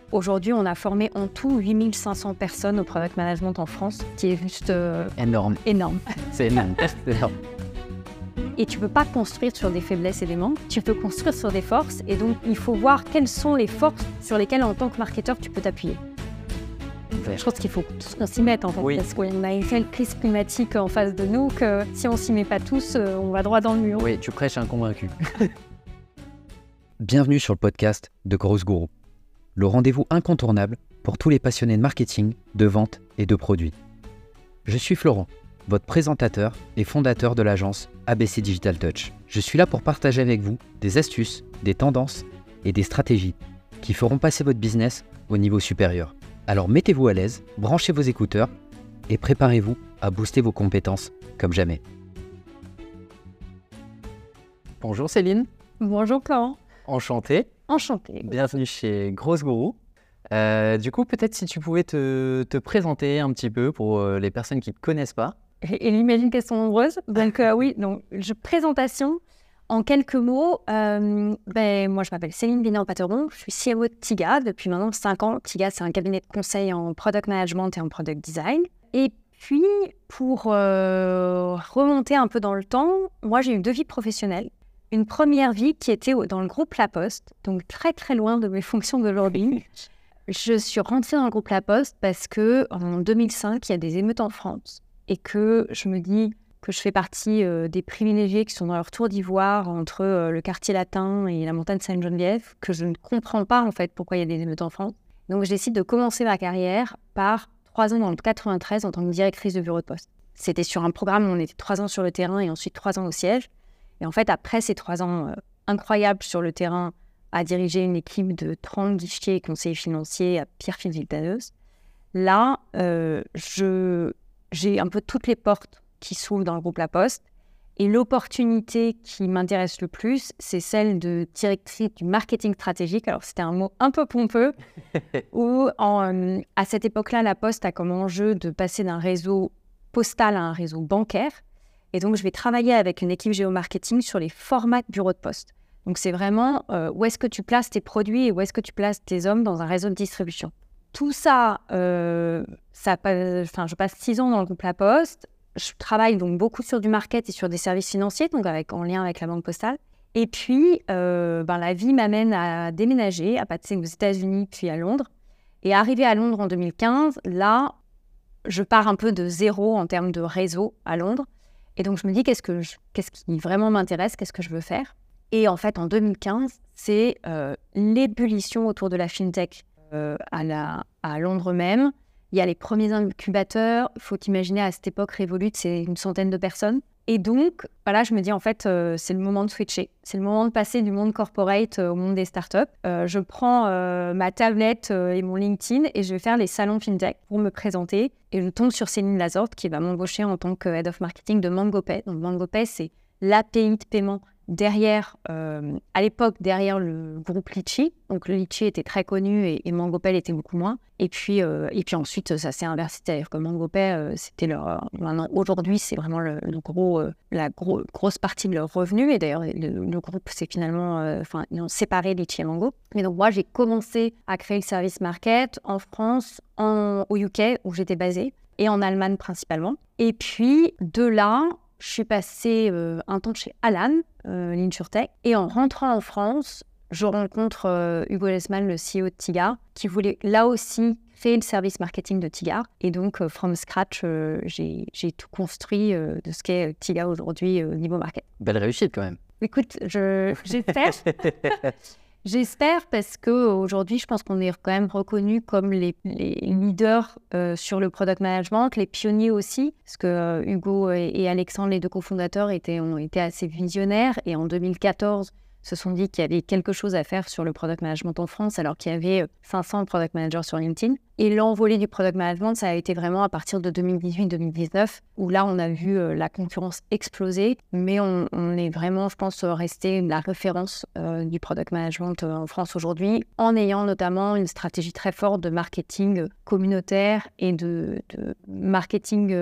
Aujourd'hui, on a formé en tout 8500 personnes au product management en France, qui est juste énorme. C'est énorme. C'est énorme. Et tu ne peux pas construire sur des faiblesses et des manques, tu peux construire sur des forces. Et donc, il faut voir quelles sont les forces sur lesquelles, en tant que marketeur, tu peux t'appuyer. Je pense qu'il faut tous qu'on s'y mette, en fait, parce qu'on a une telle crise climatique en face de nous que si on ne s'y met pas tous, on va droit dans le mur. Oui, tu prêches un convaincu. Bienvenue sur le podcast de Growth Guru, le rendez-vous incontournable pour tous les passionnés de marketing, de vente et de produits. Je suis Florent, votre présentateur et fondateur de l'agence ABC Digital Touch. Je suis là pour partager avec vous des astuces, des tendances et des stratégies qui feront passer votre business au niveau supérieur. Alors mettez-vous à l'aise, branchez vos écouteurs et préparez-vous à booster vos compétences comme jamais. Bonjour Céline. Bonjour Florent. Enchanté. Enchanté. Bienvenue chez Growth Guru. Du coup, peut-être si tu pouvais te présenter un petit peu pour les personnes qui ne te connaissent pas. Et j'imagine qu'elles sont nombreuses. Donc présentation. En quelques mots, moi je m'appelle Céline Binet-Patteron, je suis CMO de Tiga depuis maintenant 5 ans. Tiga, c'est un cabinet de conseil en product management et en product design. Et puis, pour remonter un peu dans le temps, moi j'ai eu 2 vies professionnelles. Une première vie qui était dans le groupe La Poste, donc très très loin de mes fonctions d'aujourd'hui. Je suis rentrée dans le groupe La Poste parce qu'en 2005, il y a des émeutes en France et que je me dis que je fais partie des privilégiés qui sont dans leur tour d'ivoire entre le quartier latin et la montagne Sainte-Geneviève, que je ne comprends pas en fait pourquoi il y a des émeutes en France. Donc je décide de commencer ma carrière par 3 ans dans le 93 en tant que directrice de bureau de poste. C'était sur un programme où on était 3 ans sur le terrain et ensuite 3 ans au siège. Et en fait, après ces 3 ans incroyables sur le terrain, à diriger une équipe de 30 guichetiers et conseillers financiers à Pierrefitte-Villetaneuse, là, j'ai un peu toutes les portes qui s'ouvrent dans le groupe La Poste. Et l'opportunité qui m'intéresse le plus, c'est celle de directrice du marketing stratégique. Alors, c'était un mot un peu pompeux, où à cette époque-là, La Poste a comme enjeu de passer d'un réseau postal à un réseau bancaire. Et donc, je vais travailler avec une équipe géomarketing sur les formats de bureau de poste. Donc, c'est vraiment où est-ce que tu places tes produits et où est-ce que tu places tes hommes dans un réseau de distribution. Tout ça, je passe 6 ans dans le groupe La Poste. Je travaille donc beaucoup sur du market et sur des services financiers, donc en lien avec la Banque Postale. Et puis, la vie m'amène à déménager, à passer aux États-Unis puis à Londres. Et arrivé à Londres en 2015, là, je pars un peu de zéro en termes de réseau à Londres. Et donc, je me dis, qu'est-ce qui vraiment m'intéresse, qu'est-ce que je veux faire? Et en fait, en 2015, c'est l'ébullition autour de la fintech à Londres même. Il y a les premiers incubateurs. Il faut imaginer, à cette époque, Revolut, c'est une centaine de personnes. Et donc, je me dis, en fait, c'est le moment de switcher. C'est le moment de passer du monde corporate au monde des startups. Je prends ma tablette et mon LinkedIn et je vais faire les salons fintech pour me présenter. Et je tombe sur Céline Lazorte qui va m'embaucher en tant que Head of Marketing de MangoPay. Donc, MangoPay, c'est l'API de paiement à l'époque, derrière le groupe Litchi. Donc, le Litchi était très connu et MangoPay l'était beaucoup moins. Et puis ensuite, ça s'est inversé. C'est-à-dire que MangoPay, c'était aujourd'hui, c'est vraiment la grosse partie de leur revenu. Et d'ailleurs, le groupe s'est finalement ils ont séparé Litchi et Mango. Mais donc, moi, j'ai commencé à créer le service market en France, au UK, où j'étais basée, et en Allemagne principalement. Et puis, de là, je suis passée un temps chez Alan, l'InsurTech. Et en rentrant en France, je rencontre Hugo Lesman, le CEO de Tiga, qui voulait là aussi créer le service marketing de Tiga. Et donc, from scratch, j'ai tout construit de ce qu'est Tiga aujourd'hui au niveau market. Belle réussite quand même. Écoute, j'espère. J'espère parce qu'aujourd'hui, je pense qu'on est quand même reconnus comme les leaders sur le product management, les pionniers aussi, parce que Hugo et Alexandre, les 2 cofondateurs, ont été assez visionnaires et en 2014 se sont dit qu'il y avait quelque chose à faire sur le product management en France, alors qu'il y avait 500 product managers sur LinkedIn. Et l'envolée du product management, ça a été vraiment à partir de 2018-2019, où là, on a vu la concurrence exploser, mais on est vraiment, je pense, resté la référence du product management en France aujourd'hui, en ayant notamment une stratégie très forte de marketing communautaire et de marketing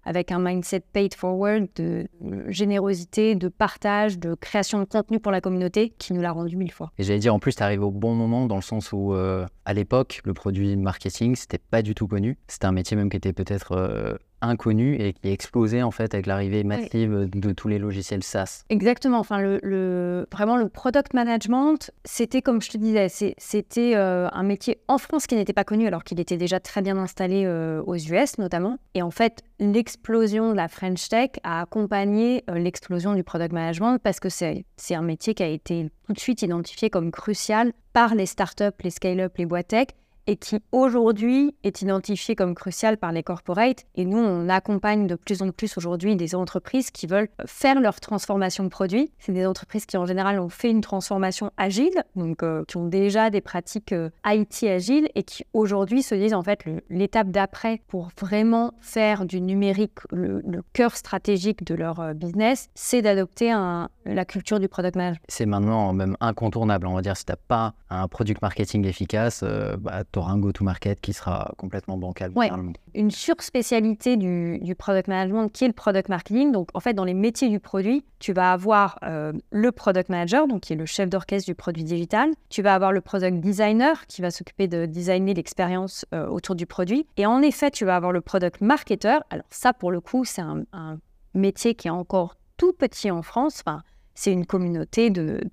avec un mindset paid forward, de générosité, de partage, de création de contenu pour la communauté qui nous l'a rendu 1000 fois. Et j'allais dire, en plus, tu arrives au bon moment dans le sens où, à l'époque, le produit marketing, c'était pas du tout connu. C'était un métier même qui était peut-être inconnu et qui a explosé en fait avec l'arrivée massive de tous les logiciels SaaS. Exactement. Enfin, vraiment, le product management, c'était comme je te disais, c'était un métier en France qui n'était pas connu alors qu'il était déjà très bien installé aux US notamment. Et en fait, l'explosion de la French Tech a accompagné l'explosion du product management parce que c'est un métier qui a été tout de suite identifié comme crucial par les startups, les scale-up, les boîtes tech, et qui aujourd'hui est identifié comme crucial par les corporates. Et nous, on accompagne de plus en plus aujourd'hui des entreprises qui veulent faire leur transformation de produit. C'est des entreprises qui, en général, ont fait une transformation agile, donc qui ont déjà des pratiques IT agiles et qui, aujourd'hui, se disent, en fait, l'étape d'après pour vraiment faire du numérique le cœur stratégique de leur business, c'est d'adopter la culture du product management. C'est maintenant même incontournable, on va dire. Si tu n'as pas un product marketing efficace, tu auras un go-to-market qui sera complètement bancal. Ouais. Une surspécialité du product management qui est le product marketing. Donc, en fait, dans les métiers du produit, tu vas avoir le product manager, donc qui est le chef d'orchestre du produit digital. Tu vas avoir le product designer qui va s'occuper de designer l'expérience autour du produit. Et en effet, tu vas avoir le product marketer. Alors ça, pour le coup, c'est un métier qui est encore tout petit en France. Enfin, c'est une communauté de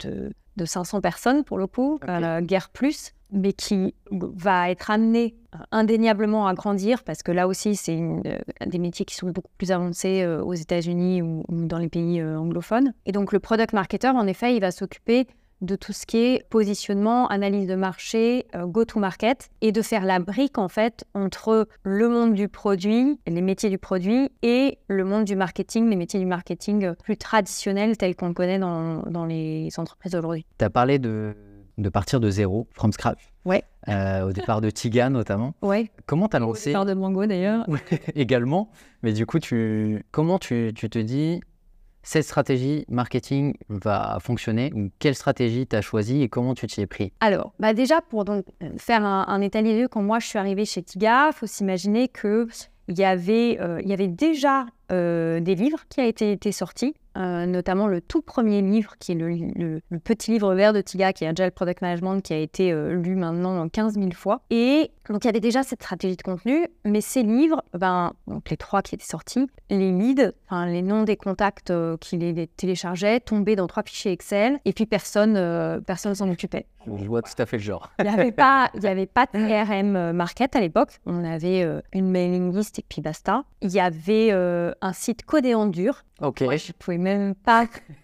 500 personnes, pour le coup, guère plus, mais qui va être amené indéniablement à grandir parce que là aussi, c'est des métiers qui sont beaucoup plus avancés aux États-Unis ou dans les pays anglophones. Et donc, le product marketer, en effet, il va s'occuper de tout ce qui est positionnement, analyse de marché, go-to-market, et de faire la brique, en fait, entre le monde du produit, les métiers du produit, et le monde du marketing, les métiers du marketing plus traditionnels tels qu'on le connaît dans les entreprises aujourd'hui. Tu as parlé de partir de zéro, from scratch. Ouais. Au départ de Tiga, notamment. Ouais. Comment tu as lancé... Au départ de Mango, d'ailleurs. Également. Mais du coup, comment tu te dis... Cette stratégie marketing va fonctionner ou quelle stratégie tu as choisi et comment tu t'y es pris? Alors, déjà, pour donc faire un état des lieux, quand moi je suis arrivée chez Tiga, il faut s'imaginer qu'il y avait déjà des livres qui ont été sortis, notamment le tout premier livre qui est le petit livre vert de Tiga, qui est Agile Product Management, qui a été lu maintenant 15 000 fois. Et donc, il y avait déjà cette stratégie de contenu, mais ces livres, donc les 3 qui étaient sortis, les leads, les noms des contacts qui les téléchargeaient, tombaient dans 3 fichiers Excel, et puis personne s'en occupait. Je vois tout à fait le genre. Il n'y avait pas de CRM Market à l'époque. On avait une mailing list et puis basta. Il y avait un site codé en dur. Ok. Ouais, je ne pouvais même pas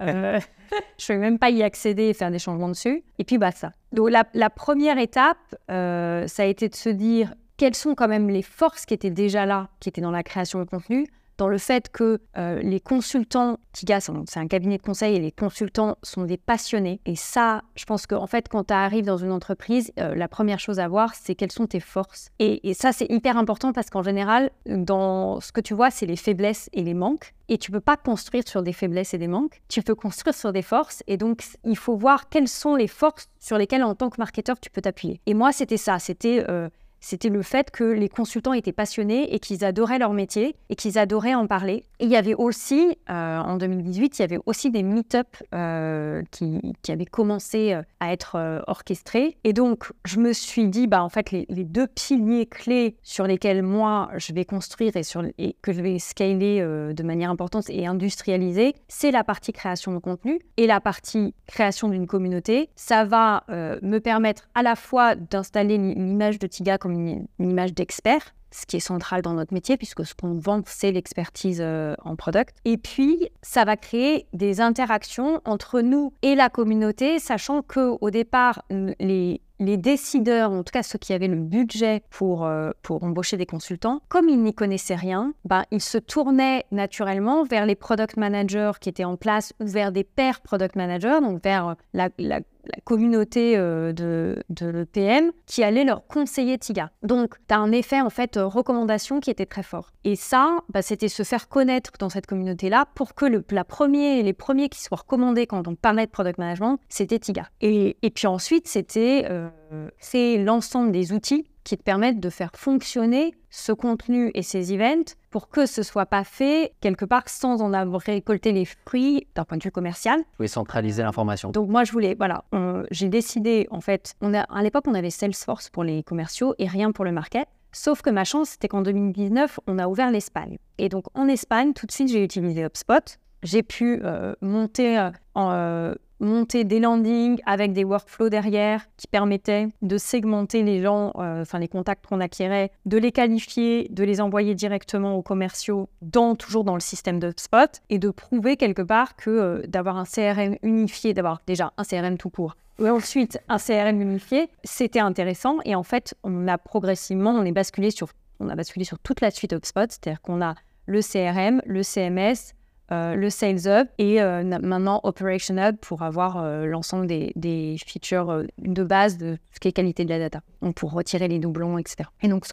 y accéder et faire des changements dessus. Et puis basta. Donc la première étape, ça a été de se dire quelles sont quand même les forces qui étaient déjà là, qui étaient dans la création de contenu, dans le fait que les consultants, Tiga, c'est un cabinet de conseil et les consultants sont des passionnés. Et ça, je pense qu'en fait, quand tu arrives dans une entreprise, la première chose à voir, c'est quelles sont tes forces. Et ça, c'est hyper important parce qu'en général, dans ce que tu vois, c'est les faiblesses et les manques. Et tu ne peux pas construire sur des faiblesses et des manques. Tu peux construire sur des forces. Et donc, il faut voir quelles sont les forces sur lesquelles, en tant que marketeur, tu peux t'appuyer. Et moi, c'était ça. C'était le fait que les consultants étaient passionnés et qu'ils adoraient leur métier et qu'ils adoraient en parler. Et il y avait aussi, en 2018, il y avait aussi des meet-up qui avaient commencé à être orchestrés. Et donc, je me suis dit, en fait, les 2 piliers clés sur lesquels moi, je vais construire et que je vais scaler de manière importante et industrialiser, c'est la partie création de contenu et la partie création d'une communauté. Ça va me permettre à la fois d'installer l'image de Tiga comme une image d'expert, ce qui est central dans notre métier, puisque ce qu'on vend, c'est l'expertise en product. Et puis, ça va créer des interactions entre nous et la communauté, sachant qu'au départ, les décideurs, en tout cas ceux qui avaient le budget pour embaucher des consultants, comme ils n'y connaissaient rien, ils se tournaient naturellement vers les product managers qui étaient en place ou vers des pairs product managers, donc vers la communauté de l'EPM qui allait leur conseiller Tiga. Donc, tu as un effet, en fait, recommandation qui était très fort. Et ça, c'était se faire connaître dans cette communauté-là pour que les premiers qui soient recommandés quand on parlait de product management, c'était Tiga. Et puis ensuite, c'est l'ensemble des outils qui te permettent de faire fonctionner ce contenu et ces events pour que ce soit pas fait quelque part sans en avoir récolté les fruits d'un point de vue commercial. Vous pouvez centraliser l'information. Donc moi, j'ai décidé, en fait, à l'époque, on avait Salesforce pour les commerciaux et rien pour le market. Sauf que ma chance, c'était qu'en 2019, on a ouvert l'Espagne. Et donc, en Espagne, tout de suite, j'ai utilisé HubSpot. J'ai pu monter des landings avec des workflows derrière qui permettaient de segmenter les gens, les contacts qu'on acquérait, de les qualifier, de les envoyer directement aux commerciaux, toujours dans le système de HubSpot, et de prouver quelque part que d'avoir un CRM unifié, d'avoir déjà un CRM tout court, et ensuite un CRM unifié, c'était intéressant. Et en fait, on a basculé sur toute la suite HubSpot, c'est-à-dire qu'on a le CRM, le CMS, le Sales Hub et maintenant Operation Hub pour avoir l'ensemble des features de base de ce qui est qualité de la data, donc pour retirer les doublons, etc. Et donc ce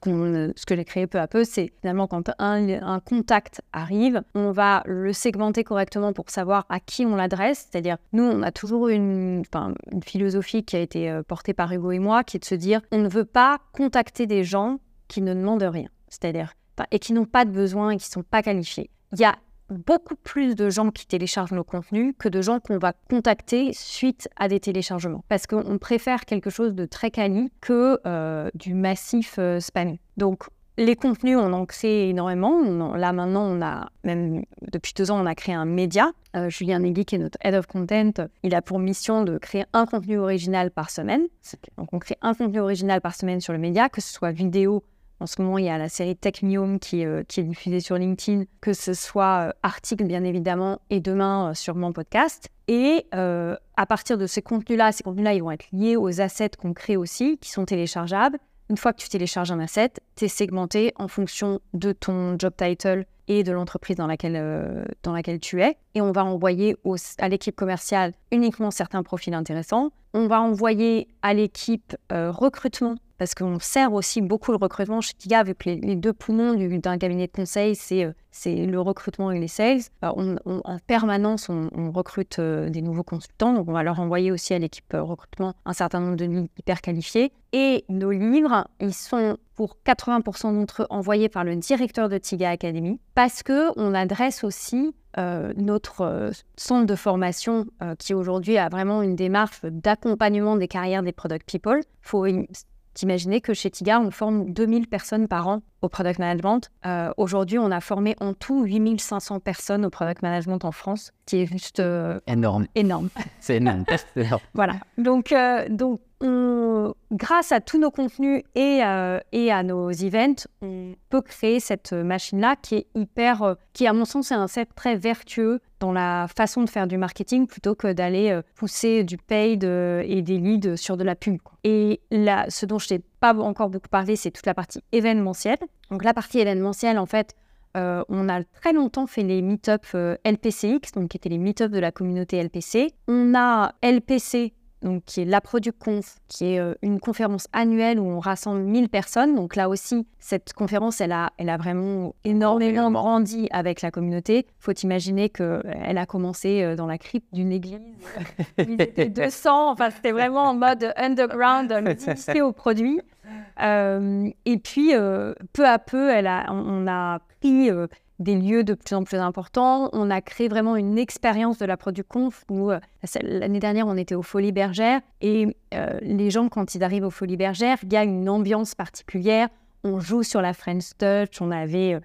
que j'ai créé peu à peu, c'est finalement quand un contact arrive, on va le segmenter correctement pour savoir à qui on l'adresse. C'est-à-dire, nous, on a toujours une philosophie qui a été portée par Hugo et moi, qui est de se dire, on ne veut pas contacter des gens qui ne demandent rien, c'est-à-dire et qui n'ont pas de besoin et qui ne sont pas qualifiés. Il y a beaucoup plus de gens qui téléchargent nos contenus que de gens qu'on va contacter suite à des téléchargements. Parce qu'on préfère quelque chose de très quali que du massif spam. Donc, les contenus, on en crée énormément. Là, maintenant, depuis 2 ans, on a créé un média. Julien Negui, qui est notre Head of Content, il a pour mission de créer un contenu original par semaine. Donc, on crée un contenu original par semaine sur le média, que ce soit vidéo. En ce moment, il y a la série Technium qui est diffusée sur LinkedIn, que ce soit article, bien évidemment, et demain, sûrement podcast. Et à partir de ces contenus-là, ils vont être liés aux assets qu'on crée aussi, qui sont téléchargeables. Une fois que tu télécharges un asset, tu es segmenté en fonction de ton job title et de l'entreprise dans laquelle tu es. Et on va envoyer à l'équipe commerciale uniquement certains profils intéressants. On va envoyer à l'équipe recrutement, parce qu'on sert aussi beaucoup le recrutement chez Tiga, vu que les 2 poumons d'un cabinet de conseil, c'est le recrutement et les sales. En permanence, on recrute des nouveaux consultants, donc on va leur envoyer aussi à l'équipe recrutement un certain nombre de livres hyper qualifiés. Et nos livres, ils sont pour 80% d'entre eux envoyés par le directeur de Tiga Academy, parce qu'on adresse aussi notre centre de formation qui aujourd'hui a vraiment une démarche d'accompagnement des carrières des product people. Faut t'imaginer que chez Tiga, on forme 2000 personnes par an au product management. Aujourd'hui, on a formé en tout 8500 personnes au product management en France, qui est juste énorme. C'est énorme. Voilà. Donc grâce à tous nos contenus et à nos events, on peut créer cette machine-là qui est à mon sens, un set très vertueux dans la façon de faire du marketing plutôt que d'aller pousser du paid et des leads sur de la pub. Et là, ce dont je t'ai pas encore beaucoup parlé, c'est toute la partie événementielle. Donc la partie événementielle, en fait, on a très longtemps fait les meet-up LPCX, donc qui étaient les meet-up de la communauté LPC. On a LPC, donc qui est la ProductConf, qui est une conférence annuelle où on rassemble 1000 personnes. Donc là aussi, cette conférence, elle a vraiment énormément grandi avec la communauté. Il faut imaginer qu'elle a commencé dans la crypte d'une église. Ils étaient 200, enfin c'était vraiment en mode underground, initié au produit. Et puis, peu à peu, on a pris des lieux de plus en plus importants. On a créé vraiment une expérience de la ProductConf où l'année dernière, on était aux Folies Bergères et les gens, quand ils arrivent aux Folies Bergères, il y a une ambiance particulière. On joue sur la French Touch, on avait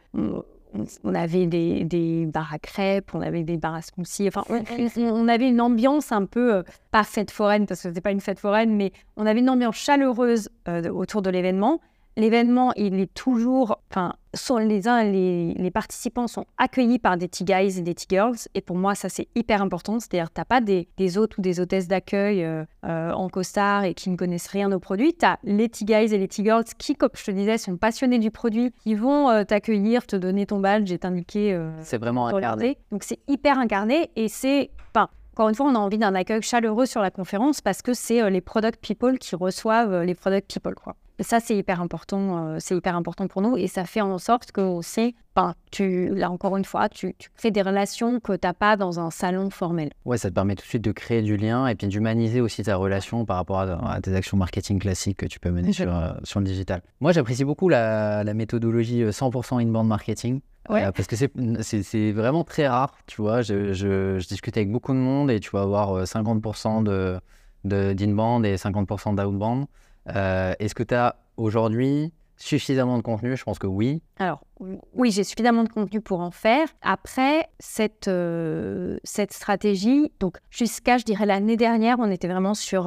des bars à crêpes, on avait des bars à smoothies. Enfin, on avait une ambiance un peu, pas fête foraine parce que c'était pas une fête foraine, mais on avait une ambiance chaleureuse autour de l'événement. L'événement, il est toujours, les participants sont accueillis par des T-Guys et des T-Girls. Et pour moi, ça, c'est hyper important. C'est-à-dire, tu n'as pas des hôtes ou des hôtesses d'accueil en costard et qui ne connaissent rien au produit. Tu as les T-Guys et les T-Girls qui, comme je te disais, sont passionnés du produit. Ils vont t'accueillir, te donner ton badge et t'indiquer. C'est vraiment incarné. Donc, c'est hyper incarné et c'est... Encore une fois, on a envie d'un accueil chaleureux sur la conférence parce que c'est les product people qui reçoivent les product people, quoi. Ça, c'est hyper important pour nous et ça fait en sorte que aussi, là encore une fois, tu crées des relations que tu n'as pas dans un salon formel. Ouais, ça te permet tout de suite de créer du lien et puis d'humaniser aussi ta relation par rapport à tes actions marketing classiques que tu peux mener sur le digital. Moi, j'apprécie beaucoup la méthodologie 100% inbound marketing. Ouais. Parce que c'est vraiment très rare, tu vois. Je discute avec beaucoup de monde et tu vas avoir 50% d'inbound et 50% d'outbound. Est-ce que tu as aujourd'hui suffisamment de contenu? Je pense que oui. Alors, oui, j'ai suffisamment de contenu pour en faire. Après, cette stratégie, donc jusqu'à, je dirais, l'année dernière, on était vraiment sur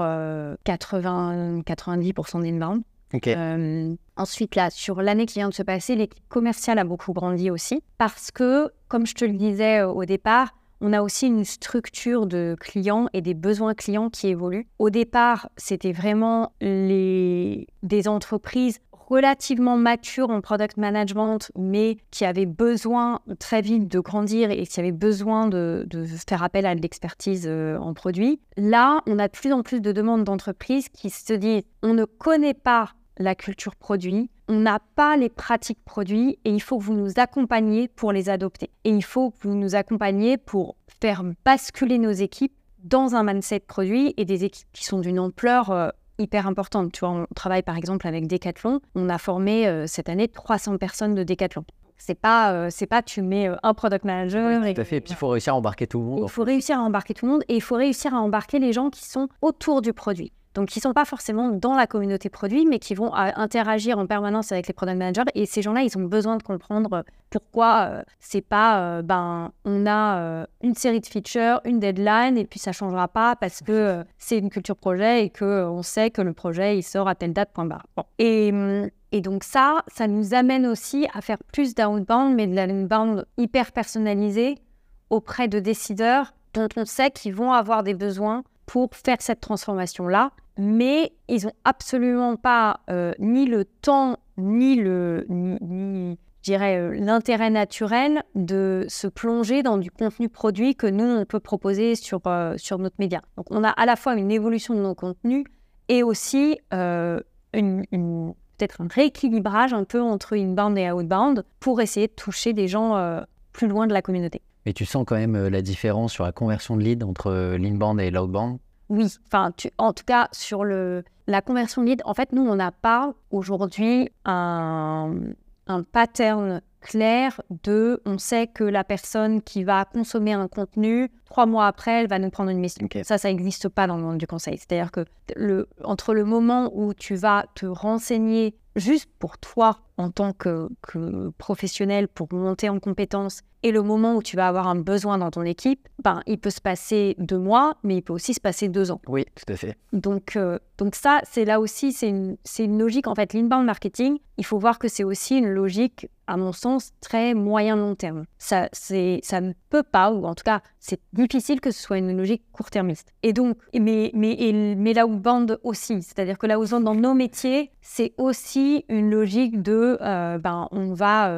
90% d'inbound. Okay. Ensuite, là, sur l'année qui vient de se passer, l'équipe commerciale a beaucoup grandi aussi parce que, comme je te le disais au départ, on a aussi une structure de clients et des besoins clients qui évoluent. Au départ, c'était vraiment des entreprises relativement matures en product management, mais qui avaient besoin très vite de grandir et qui avaient besoin de faire appel à de l'expertise en produit. Là, on a de plus en plus de demandes d'entreprises qui se disent « on ne connaît pas la culture produit, on n'a pas les pratiques produits et il faut que vous nous accompagniez pour les adopter. Et il faut que vous nous accompagniez pour faire basculer nos équipes dans un mindset produit et des équipes qui sont d'une ampleur hyper importante. Tu vois, on travaille par exemple avec Decathlon. On a formé cette année 300 personnes de Decathlon. C'est pas tu mets un product manager. Oui, tout à fait. Et puis il faut réussir à embarquer tout le monde. Il faut réussir à embarquer tout le monde et il faut réussir à embarquer les gens qui sont autour du produit. Donc, qui ne sont pas forcément dans la communauté produit, mais qui vont interagir en permanence avec les product managers. Et ces gens-là, ils ont besoin de comprendre pourquoi c'est pas, on a une série de features, une deadline, et puis ça ne changera pas parce que c'est une culture projet et qu'on sait que le projet, il sort à telle date, point barre. Bon. Et donc ça nous amène aussi à faire plus d'outbound, mais de l'inbound hyper personnalisé auprès de décideurs dont on sait qu'ils vont avoir des besoins pour faire cette transformation-là, mais ils n'ont absolument pas ni le temps, ni l'intérêt naturel de se plonger dans du contenu produit que nous, on peut proposer sur notre média. Donc, on a à la fois une évolution de nos contenus et aussi peut-être un rééquilibrage un peu entre inbound et outbound pour essayer de toucher des gens plus loin de la communauté. Mais tu sens quand même la différence sur la conversion de lead entre l'inbound et l'outbound? Oui, en tout cas, sur la conversion de lead, en fait, nous, on n'a pas aujourd'hui un pattern clair on sait que la personne qui va consommer un contenu, 3 mois après, elle va nous prendre une mission. Okay. Ça n'existe pas dans le monde du conseil. C'est-à-dire que entre le moment où tu vas te renseigner juste pour toi en tant que professionnel pour monter en compétences et le moment où tu vas avoir un besoin dans ton équipe, il peut se passer 2 mois, mais il peut aussi se passer 2 ans. Oui, tout à fait. Donc ça, c'est là aussi, c'est une logique. En fait, l'inbound marketing, il faut voir que c'est aussi une logique, à mon sens, très moyen-long terme. Ça ne peut pas, ou en tout cas, c'est difficile que ce soit une logique court-termiste. Et donc, mais l'outbound aussi, c'est-à-dire que l'outbound dans nos métiers, c'est aussi une logique de, on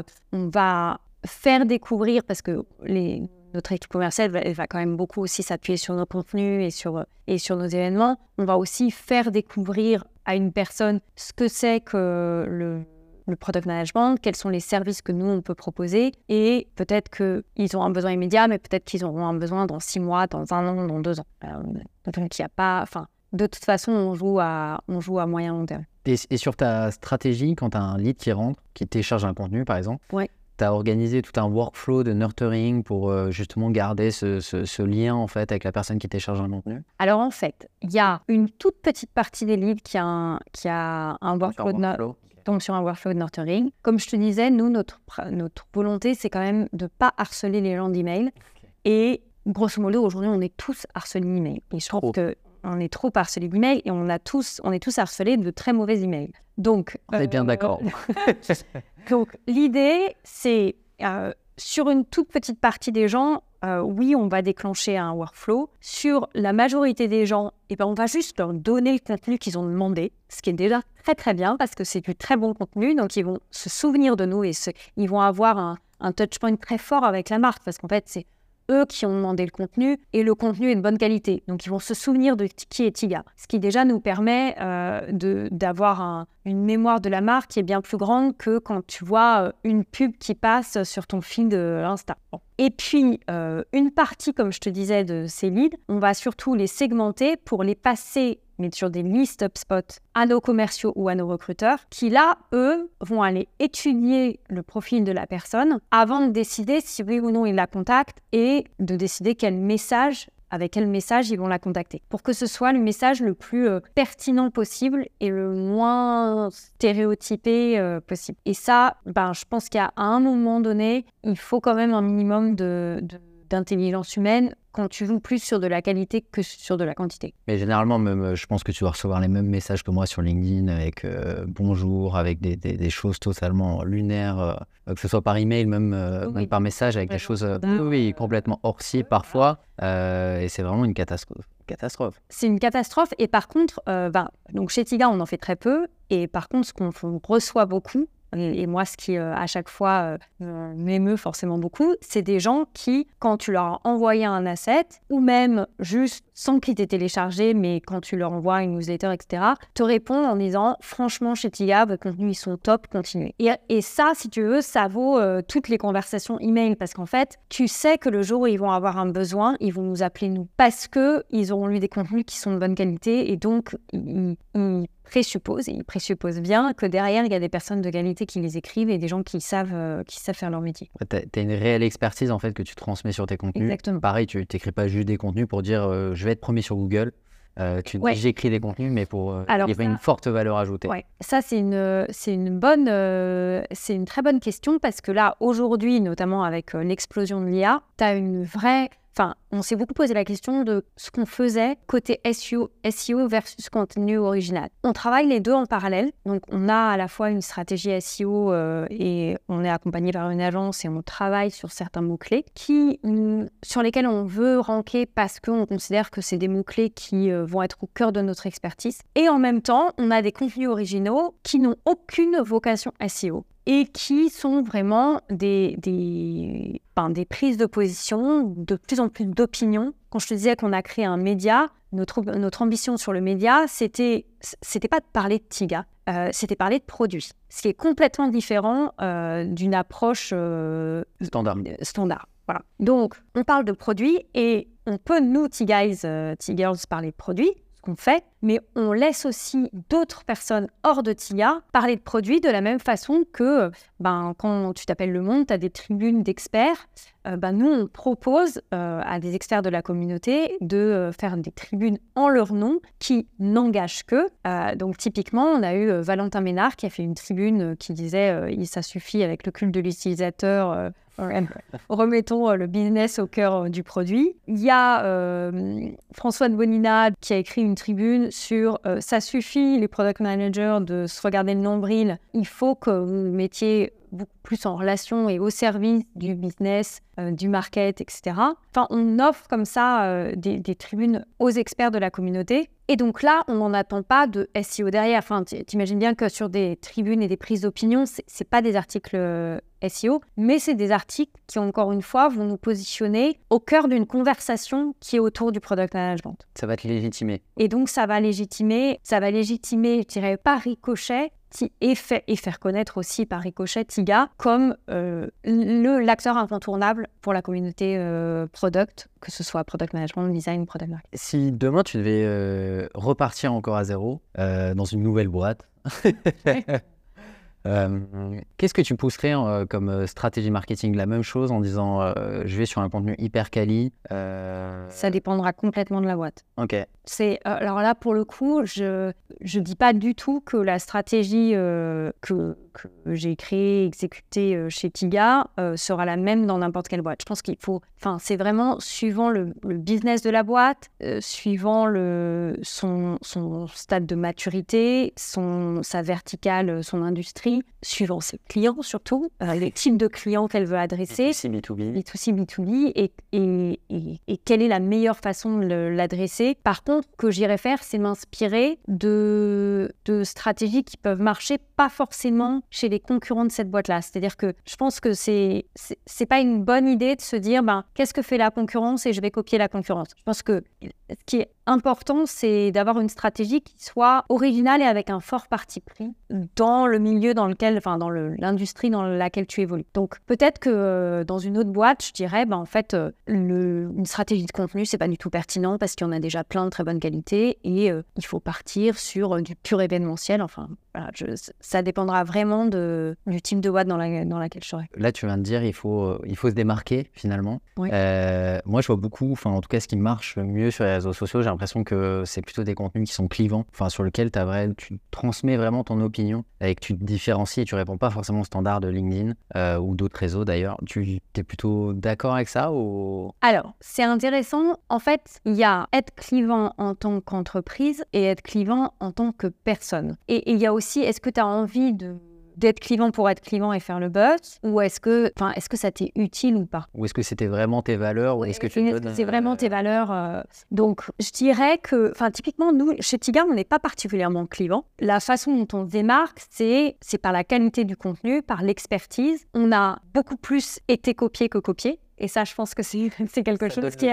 va faire découvrir, parce que notre équipe commerciale, elle va quand même beaucoup aussi s'appuyer sur nos contenus et sur nos événements. On va aussi faire découvrir à une personne ce que c'est que le product management, quels sont les services que nous, on peut proposer. Et peut-être qu'ils ont un besoin immédiat, mais peut-être qu'ils auront un besoin dans 6 mois, dans 1 an, dans 2 ans. Donc, il n'y a pas... de toute façon, on joue à moyen long terme. Et sur ta stratégie, quand tu as un lead qui rentre, qui télécharge un contenu, par exemple, ouais. Tu as organisé tout un workflow de nurturing pour justement garder ce lien en fait, avec la personne qui télécharge un contenu? Alors en fait, il y a une toute petite partie des leads qui a un workflow tombe sur un workflow de nurturing. Comme je te disais, nous, notre volonté, c'est quand même de ne pas harceler les gens d'email. Okay. Et grosso modo, aujourd'hui, on est tous harcelés d'email. Et je trouve qu'on est trop harcelés d'email et on est tous harcelés de très mauvais emails. Donc, on est bien d'accord. Donc, l'idée, c'est sur une toute petite partie des gens, oui, on va déclencher un workflow. Sur la majorité des gens, on va juste leur donner le contenu qu'ils ont demandé, ce qui est déjà très très bien parce que c'est du très bon contenu. Donc, ils vont se souvenir de nous et ils vont avoir un touchpoint très fort avec la marque parce qu'en fait, c'est eux qui ont demandé le contenu et le contenu est de bonne qualité. Donc, ils vont se souvenir de qui est Tiga. Ce qui déjà nous permet d'avoir une mémoire de la marque qui est bien plus grande que quand tu vois une pub qui passe sur ton feed Insta. Bon. Et puis, une partie, comme je te disais, de ces leads, on va surtout les segmenter pour les passer, mais sur des listes HubSpot, à nos commerciaux ou à nos recruteurs, qui là, eux, vont aller étudier le profil de la personne avant de décider si oui ou non ils la contactent et de décider avec quel message ils vont la contacter, pour que ce soit le message le plus pertinent possible et le moins stéréotypé possible. Et ça, je pense qu'à un moment donné, il faut quand même un minimum d'intelligence humaine quand tu joues plus sur de la qualité que sur de la quantité. Mais généralement, même, je pense que tu dois recevoir les mêmes messages que moi sur LinkedIn avec bonjour, avec des choses totalement lunaires, que ce soit par email, même par message, avec des choses complètement hors cible parfois. Et c'est vraiment une catastrophe. C'est une catastrophe. Et par contre, donc chez Tiga, on en fait très peu. Et par contre, ce qu'on reçoit beaucoup, et moi, ce qui, à chaque fois, m'émeut forcément beaucoup, c'est des gens qui, quand tu leur as envoyé un asset, ou même juste sans qu'ils t'aient téléchargé, mais quand tu leur envoies une newsletter, etc., te répondent en disant « Franchement, chez Tiga, vos contenus, ils sont top, continuez. » Et ça, si tu veux, ça vaut toutes les conversations email, parce qu'en fait, tu sais que le jour où ils vont avoir un besoin, ils vont nous appeler nous, parce qu'ils auront lu des contenus qui sont de bonne qualité, et donc, ils présupposent bien que derrière, il y a des personnes de qualité qui les écrivent et des gens qui savent faire leur métier. Tu as une réelle expertise en fait que tu transmets sur tes contenus. Exactement. Pareil, tu n'écris pas juste des contenus pour dire je vais être premier sur Google. Tu dis j'écris des contenus, mais pour il y a une forte valeur ajoutée. Ouais. Ça, c'est une très bonne question parce que là, aujourd'hui, notamment avec l'explosion de l'IA, tu as une vraie... on s'est beaucoup posé la question de ce qu'on faisait côté SEO versus contenu original. On travaille les deux en parallèle. Donc, on a à la fois une stratégie SEO et on est accompagné par une agence et on travaille sur certains mots-clés sur lesquels on veut ranker parce qu'on considère que c'est des mots-clés qui vont être au cœur de notre expertise. Et en même temps, on a des contenus originaux qui n'ont aucune vocation SEO. Et qui sont vraiment des prises de position, de plus en plus d'opinions. Quand je te disais qu'on a créé un média, notre ambition sur le média, c'était pas de parler de Tiga, c'était parler de produits. Ce qui est complètement différent d'une approche standard. Voilà. Donc, on parle de produits et on peut, nous, Tigers, parler de produits, ce qu'on fait, mais on laisse aussi d'autres personnes hors de Tiga parler de produits de la même façon que quand tu t'appelles Le Monde, tu as des tribunes d'experts. Nous, on propose à des experts de la communauté de faire des tribunes en leur nom qui n'engagent qu'eux. Donc, typiquement, on a eu Valentin Ménard qui a fait une tribune qui disait « Ça suffit avec le culte de l'utilisateur ». Remettons le business au cœur du produit. Il y a François de Bonina qui a écrit une tribune sur ça suffit les product managers de se regarder le nombril, il faut que vous mettiez beaucoup plus en relation et au service du business, du market, etc. Enfin, on offre comme ça des tribunes aux experts de la communauté. Et donc là, on n'en attend pas de SEO derrière. Enfin, t'imagines bien que sur des tribunes et des prises d'opinion, c'est pas des articles SEO, mais c'est des articles qui, encore une fois, vont nous positionner au cœur d'une conversation qui est autour du product management. Ça va te légitimer. Et donc, ça va légitimer, je dirais, par ricochet, et faire connaître aussi par ricochet Tiga comme l'acteur incontournable pour la communauté product, que ce soit product management, design, product marketing. Si demain tu devais repartir encore à zéro dans une nouvelle boîte, qu'est-ce que tu pousserais comme stratégie marketing? La même chose en disant je vais sur un contenu hyper quali. Ça dépendra complètement de la boîte. Ok. Alors là, pour le coup, je dis pas du tout que la stratégie que j'ai créée, exécutée chez Tiga sera la même dans n'importe quelle boîte. Je pense qu'il faut... c'est vraiment suivant le business de la boîte, suivant son stade de maturité, sa verticale, son industrie, stratégie suivant ses clients surtout, les types de clients qu'elle veut adresser. B2C, B2B. B2C, B2B, et quelle est la meilleure façon de l'adresser. Par contre, ce que j'irais faire, c'est m'inspirer de stratégies qui peuvent marcher pas forcément chez les concurrents de cette boîte-là. C'est-à-dire que je pense que c'est pas une bonne idée de se dire qu'est-ce que fait la concurrence et je vais copier la concurrence. Je pense que ce qui est important, c'est d'avoir une stratégie qui soit originale et avec un fort parti pris dans le milieu dans lequel, dans l'industrie dans laquelle tu évolues. Donc peut-être que dans une autre boîte, je dirais, en fait, une stratégie de contenu, c'est pas du tout pertinent parce qu'il y en a déjà plein de très bonne qualité et il faut partir sur du pur événementiel. Enfin, voilà, ça dépendra vraiment du type de boîte dans laquelle je serai. Là, tu viens de dire il faut se démarquer finalement. Oui. Moi, je vois beaucoup, en tout cas, ce qui marche le mieux sur les réseaux sociaux, j'ai l'impression que c'est plutôt des contenus qui sont clivants, sur lesquels tu transmets vraiment ton opinion et que tu te différencies et tu réponds pas forcément au standard de LinkedIn ou d'autres réseaux d'ailleurs. Tu es plutôt d'accord avec ça ou... Alors, c'est intéressant. En fait, il y a être clivant en tant qu'entreprise et être clivant en tant que personne. Et il y a aussi, est-ce que tu as envie d'être clivant pour être clivant et faire le buzz, ou est-ce que ça t'est utile ou pas? Ou est-ce que c'était vraiment tes valeurs, ou est-ce que tu donnes... C'est vraiment tes valeurs. Donc, je dirais que, typiquement, nous, chez Tiga, on n'est pas particulièrement clivant. La façon dont on se démarque, c'est par la qualité du contenu, par l'expertise. On a beaucoup plus été copié que copié. Et ça, je pense que c'est quelque chose qui est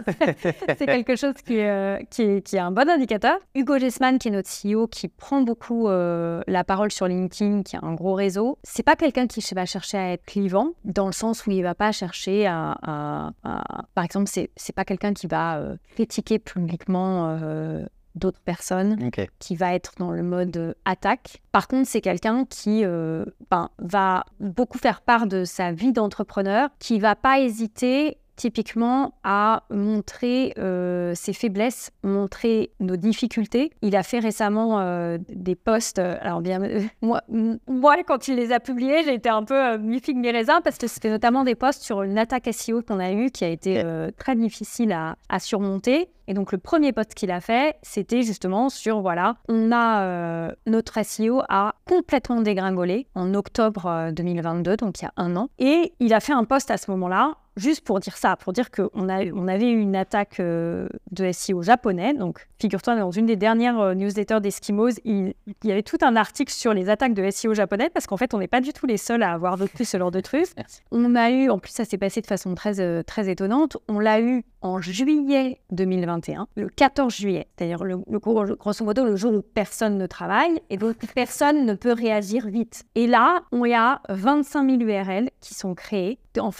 un bon indicateur. Hugo Gessman, qui est notre CEO, qui prend beaucoup la parole sur LinkedIn, qui a un gros réseau, c'est pas quelqu'un qui va chercher à être clivant, dans le sens où il va pas chercher par exemple, c'est pas quelqu'un qui va critiquer publiquement d'autres personnes, qui va être dans le mode attaque. Par contre, c'est quelqu'un qui va beaucoup faire part de sa vie d'entrepreneur, qui va pas hésiter typiquement à montrer ses faiblesses, montrer nos difficultés. Il a fait récemment des posts. Alors bien, moi, quand il les a publiés, j'ai été un peu mi-figue mi-raisin parce que c'était notamment des posts sur une attaque SEO qu'on a eue qui a été très difficile à surmonter. Et donc, le premier post qu'il a fait, c'était justement sur, notre SEO a complètement dégringolé en octobre 2022, donc il y a un an. Et il a fait un post à ce moment-là, juste pour dire ça, pour dire qu'on avait eu une attaque de SEO japonais. Donc, figure-toi, dans une des dernières newsletters d'Eskimos, il y avait tout un article sur les attaques de SEO japonais, parce qu'en fait, on n'est pas du tout les seuls à avoir vécu ce genre de trucs. On a eu, en plus, ça s'est passé de façon très, très étonnante, on l'a eu en juillet 2021, le 14 juillet, c'est-à-dire grosso modo le jour où personne ne travaille et donc personne ne peut réagir vite. Et là, on y a 25 000 URL qui sont créées,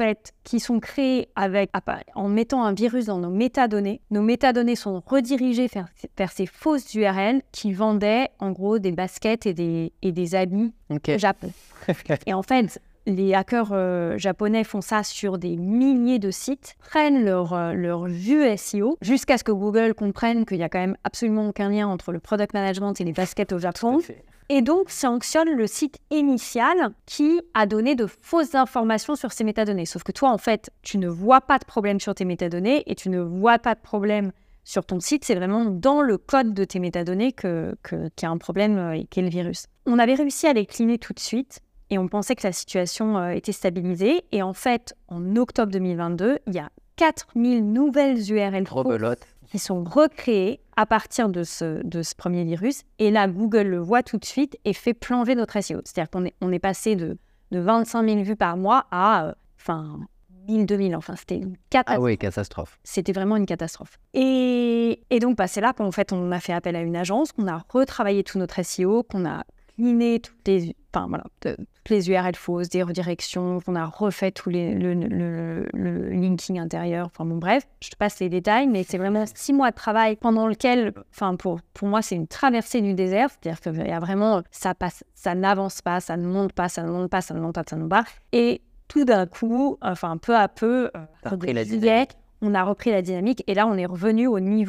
en mettant un virus dans nos métadonnées. Nos métadonnées sont redirigées vers ces fausses URL qui vendaient en gros des baskets et des habits au Japon. Et en fait, les hackers japonais font ça sur des milliers de sites, prennent leur vue SEO, jusqu'à ce que Google comprenne qu'il n'y a quand même absolument aucun lien entre le product management et les baskets au Japon. Et donc, sanctionne le site initial qui a donné de fausses informations sur ces métadonnées. Sauf que toi, en fait, tu ne vois pas de problème sur tes métadonnées et tu ne vois pas de problème sur ton site. C'est vraiment dans le code de tes métadonnées qu'il y a un problème et qu'est le virus. On avait réussi à les cleaner tout de suite. Et on pensait que la situation était stabilisée. Et en fait, en octobre 2022, il y a 4000 nouvelles URL qui sont recréées à partir de ce premier virus. Et là, Google le voit tout de suite et fait plonger notre SEO. C'est-à-dire qu'on est passé de 25 000 vues par mois à 1000, 2000. Enfin, c'était une catastrophe. Ah oui, catastrophe. C'était vraiment une catastrophe. Et donc, c'est là qu'en fait, on a fait appel à une agence, qu'on a retravaillé tout notre SEO, qu'on a cleané toutes les URL fausses, des redirections, qu'on a refait tout le linking intérieur. Enfin bon, bref, je te passe les détails, mais c'est vraiment 6 mois de travail pendant lequel, pour moi, c'est une traversée du désert. C'est-à-dire qu'il y a vraiment, ça n'avance pas, ça ne monte pas, ça ne monte pas, ça ne monte pas, ça ne monte pas. Et tout d'un coup, peu à peu, on a repris la dynamique et là, on est revenu au niveau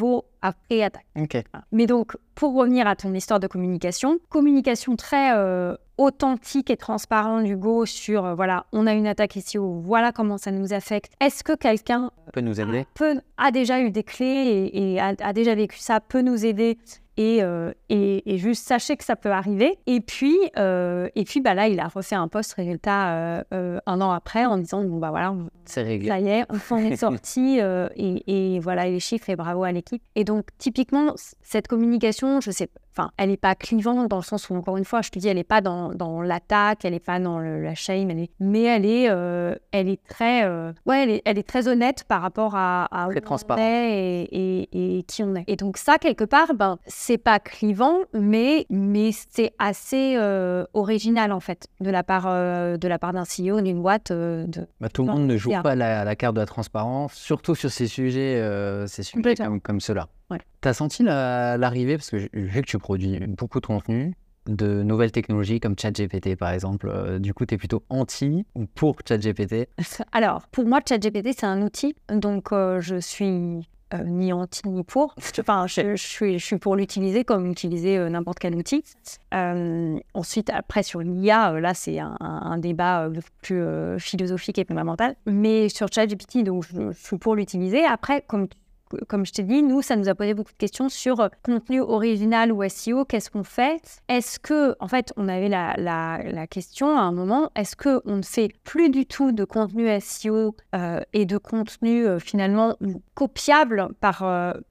après attaque. Ok. Mais donc, pour revenir à ton histoire de communication très authentique et transparente d'Hugo sur, voilà, on a une attaque SEO, voilà comment ça nous affecte. Est-ce que quelqu'un Peut nous aider. a déjà eu des clés et a déjà vécu ça, peut nous aider et juste sachez que ça peut arriver. Et puis bah là, il a refait un post résultat 1 an après en disant, bon, bah voilà, C'est réglé. ça y est, on s'en est sorti et voilà les chiffres et bravo à l'équipe. Et donc, typiquement, cette communication, je sais, enfin, elle n'est pas clivante dans le sens où, encore une fois, je te dis, elle n'est pas dans l'attaque, elle n'est pas dans la shame, mais elle est très, elle est très honnête par rapport à où Très on transparent. est et qui on est. Et donc ça, quelque part, ben, c'est pas clivant, mais c'est assez original en fait de la part d'un CEO d'une boîte. Tout le monde ne joue Yeah. pas la carte de la transparence, surtout sur ces sujets Complètement. comme ceux-là. Ouais. Tu as senti l'arrivée, parce que j'ai vu que tu produis beaucoup de contenu, de nouvelles technologies comme ChatGPT par exemple. Du coup, tu es plutôt anti ou pour ChatGPT? Alors, pour moi, ChatGPT, c'est un outil, donc je suis ni anti ni pour. Enfin, je suis pour l'utiliser comme utiliser n'importe quel outil. Ensuite, après, sur l'IA, là, c'est un débat plus philosophique et fondamental. Mais sur ChatGPT, donc, je suis pour l'utiliser. Après, comme je t'ai dit, nous, ça nous a posé beaucoup de questions sur contenu original ou SEO. Qu'est-ce qu'on fait? Est-ce que, en fait, on avait la question à un moment, est-ce qu'on ne fait plus du tout de contenu SEO et de contenu finalement copiable par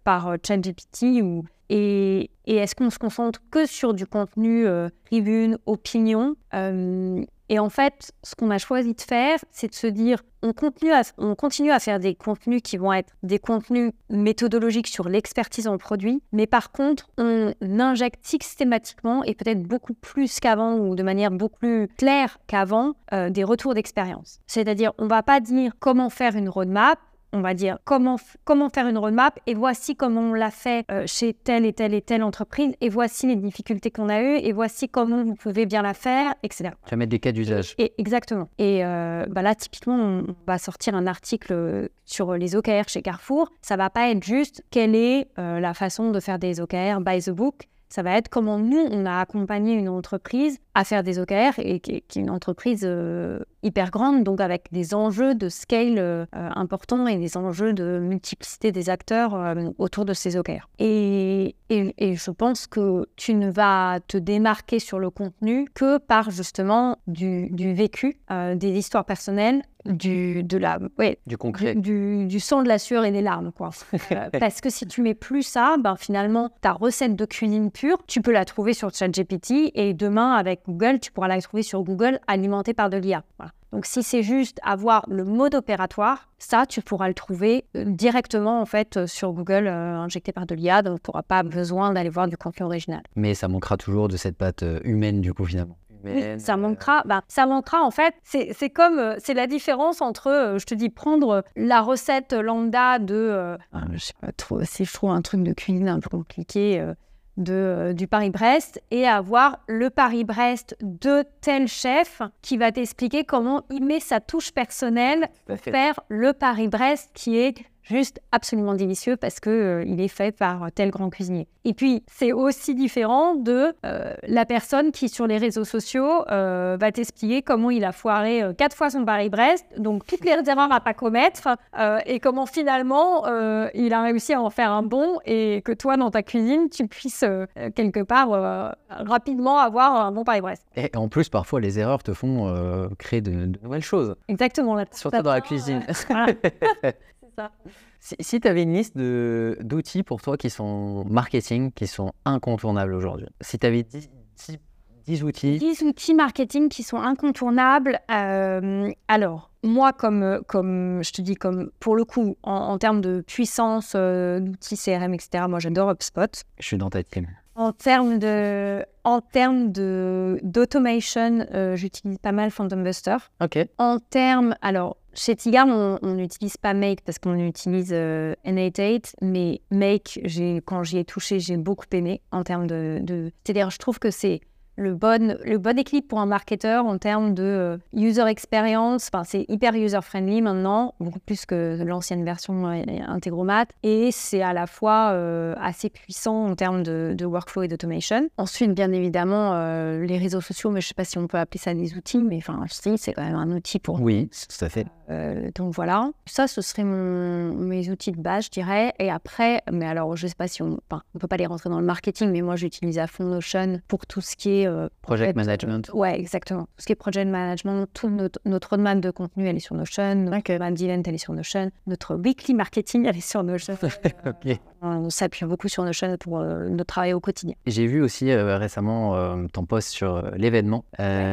ChatGPT et est-ce qu'on se concentre que sur du contenu tribune, opinion et en fait, ce qu'on a choisi de faire, c'est de se dire, on continue à faire des contenus qui vont être des contenus méthodologiques sur l'expertise en produit, mais par contre, on injecte systématiquement, et peut-être beaucoup plus qu'avant, ou de manière beaucoup plus claire qu'avant, des retours d'expérience. C'est-à-dire, on ne va pas dire comment faire une roadmap, on va dire comment faire une roadmap et voici comment on l'a fait chez telle et telle et telle entreprise et voici les difficultés qu'on a eues et voici comment vous pouvez bien la faire, etc. Tu vas mettre des cas d'usage. Exactement. Et là, typiquement, on va sortir un article sur les OKR chez Carrefour. Ça ne va pas être juste quelle est la façon de faire des OKR by the book. Ça va être comment nous, on a accompagné une entreprise à faire des OKR et qui est une entreprise hyper grande, donc avec des enjeux de scale importants et des enjeux de multiplicité des acteurs autour de ces OKR. Et je pense que tu ne vas te démarquer sur le contenu que par justement du vécu, des histoires personnelles, du concret. Du sang, de la sueur et des larmes, quoi. Parce que si tu mets plus ça, ben finalement, ta recette de cuisine pure, tu peux la trouver sur ChatGPT et demain, avec Google, tu pourras la trouver sur Google alimentée par de l'IA. Voilà. Donc, si c'est juste avoir le mode opératoire, ça, tu pourras le trouver directement, en fait, sur Google, injecté par de l'IA. Donc, tu n'auras pas besoin d'aller voir du contenu original. Mais ça manquera toujours de cette patte humaine, du coup, finalement. Ça manquera, en fait, c'est comme, c'est la différence entre, je te dis, prendre la recette lambda de, je sais pas trop, si je trouve un truc de cuisine un peu compliqué, du Paris-Brest et avoir le Paris-Brest de tel chef qui va t'expliquer comment il met sa touche personnelle pour faire le Paris-Brest qui est juste absolument délicieux parce que il est fait par tel grand cuisinier. Et puis, c'est aussi différent de la personne qui, sur les réseaux sociaux, va t'expliquer comment il a foiré 4 fois son Paris-Brest, donc toutes les erreurs à pas commettre, et comment finalement, il a réussi à en faire un bon et que toi, dans ta cuisine, tu puisses quelque part rapidement avoir un bon Paris-Brest. Et en plus, parfois, les erreurs te font créer de nouvelles choses. Exactement. Surtout dans la cuisine. Voilà. Ça. Si tu avais une liste d'outils pour toi qui sont marketing, qui sont incontournables aujourd'hui, si tu avais 10 outils... 10 outils marketing qui sont incontournables. Alors, moi, comme je te dis, comme pour le coup, en termes de puissance, d'outils CRM, etc., moi, j'adore HubSpot. Je suis dans ta team. En termes d'automation, j'utilise pas mal Phantom Buster. Ok. En termes, alors, chez Tigard, on n'utilise pas Make parce qu'on utilise N88, mais Make, quand j'y ai touché, j'ai beaucoup aimé en termes de... C'est-à-dire, je trouve que c'est le bon équilibre pour un marketeur en termes de user experience. Enfin, c'est hyper user-friendly maintenant, beaucoup plus que l'ancienne version Integromat. Et c'est à la fois assez puissant en termes de workflow et d'automation. Ensuite, bien évidemment, les réseaux sociaux, mais je ne sais pas si on peut appeler ça des outils, mais enfin, si, c'est quand même un outil pour... Oui, tout à fait. Donc voilà, ça, ce serait mes outils de base, je dirais. Et après, mais alors, je ne sais pas si on ne peut pas les rentrer dans le marketing, mais moi, j'utilise à fond Notion pour tout ce qui est... Project management. Ouais, exactement. Tout ce qui est project management, tout notre roadmap de contenu, elle est sur Notion. Notre roadmap d'event, elle est sur Notion. Notre weekly marketing, elle est sur Notion. Ok. On s'appuie beaucoup sur Notion pour notre travail au quotidien. J'ai vu aussi récemment ton post sur l'événement.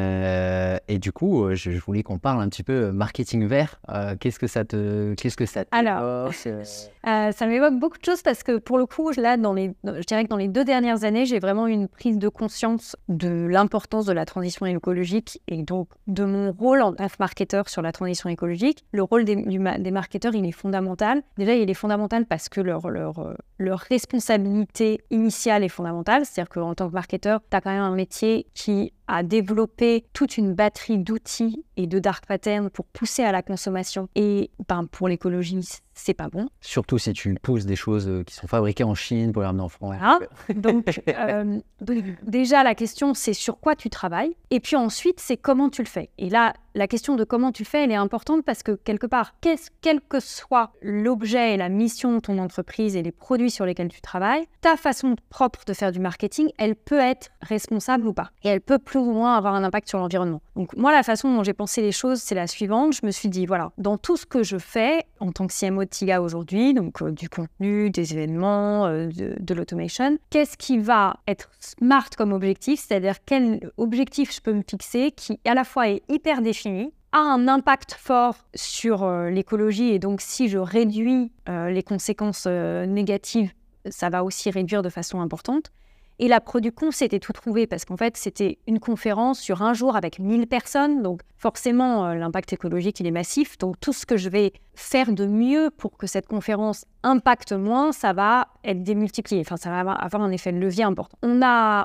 Et du coup, je voulais qu'on parle un petit peu marketing vert. Qu'est-ce que ça t'évoque? Alors, ça m'évoque beaucoup de choses parce que pour le coup, là, je dirais que dans les 2 dernières années, j'ai vraiment eu une prise de conscience de l'importance de la transition écologique et donc de mon rôle en tant que marketeur sur la transition écologique. Le rôle des marketeurs, il est fondamental. Déjà, il est fondamental parce que leur responsabilité initiale est fondamentale. C'est-à-dire qu'en tant que marketeur, tu as quand même un métier qui a développé toute une batterie d'outils et de dark patterns pour pousser à la consommation. Et pour l'écologie, c'est pas bon. Surtout si tu pousses des choses qui sont fabriquées en Chine pour les ramener en France. Voilà. Donc, déjà, la question, c'est sur quoi tu travailles. Et puis ensuite, c'est comment tu le fais. Et là, la question de comment tu le fais, elle est importante parce que quelque part, quel que soit l'objet et la mission de ton entreprise et les produits sur lesquels tu travailles, ta façon propre de faire du marketing, elle peut être responsable ou pas. Et elle peut plus ou moins avoir un impact sur l'environnement. Donc moi, la façon dont j'ai pensé les choses, c'est la suivante. Je me suis dit, voilà, dans tout ce que je fais en tant que CMO de TIGA aujourd'hui, donc du contenu, des événements, de l'automation, qu'est-ce qui va être smart comme objectif, c'est-à-dire quel objectif je peux me fixer qui à la fois est hyper défini, a un impact fort sur l'écologie et donc si je réduis les conséquences négatives, ça va aussi réduire de façon importante. Et la Producon, c'était tout trouvé parce qu'en fait, c'était une conférence sur un jour avec 1000 personnes. Donc forcément, l'impact écologique, il est massif. Donc tout ce que je vais faire de mieux pour que cette conférence impacte moins, ça va être démultiplié. Enfin, ça va avoir un effet de levier important. On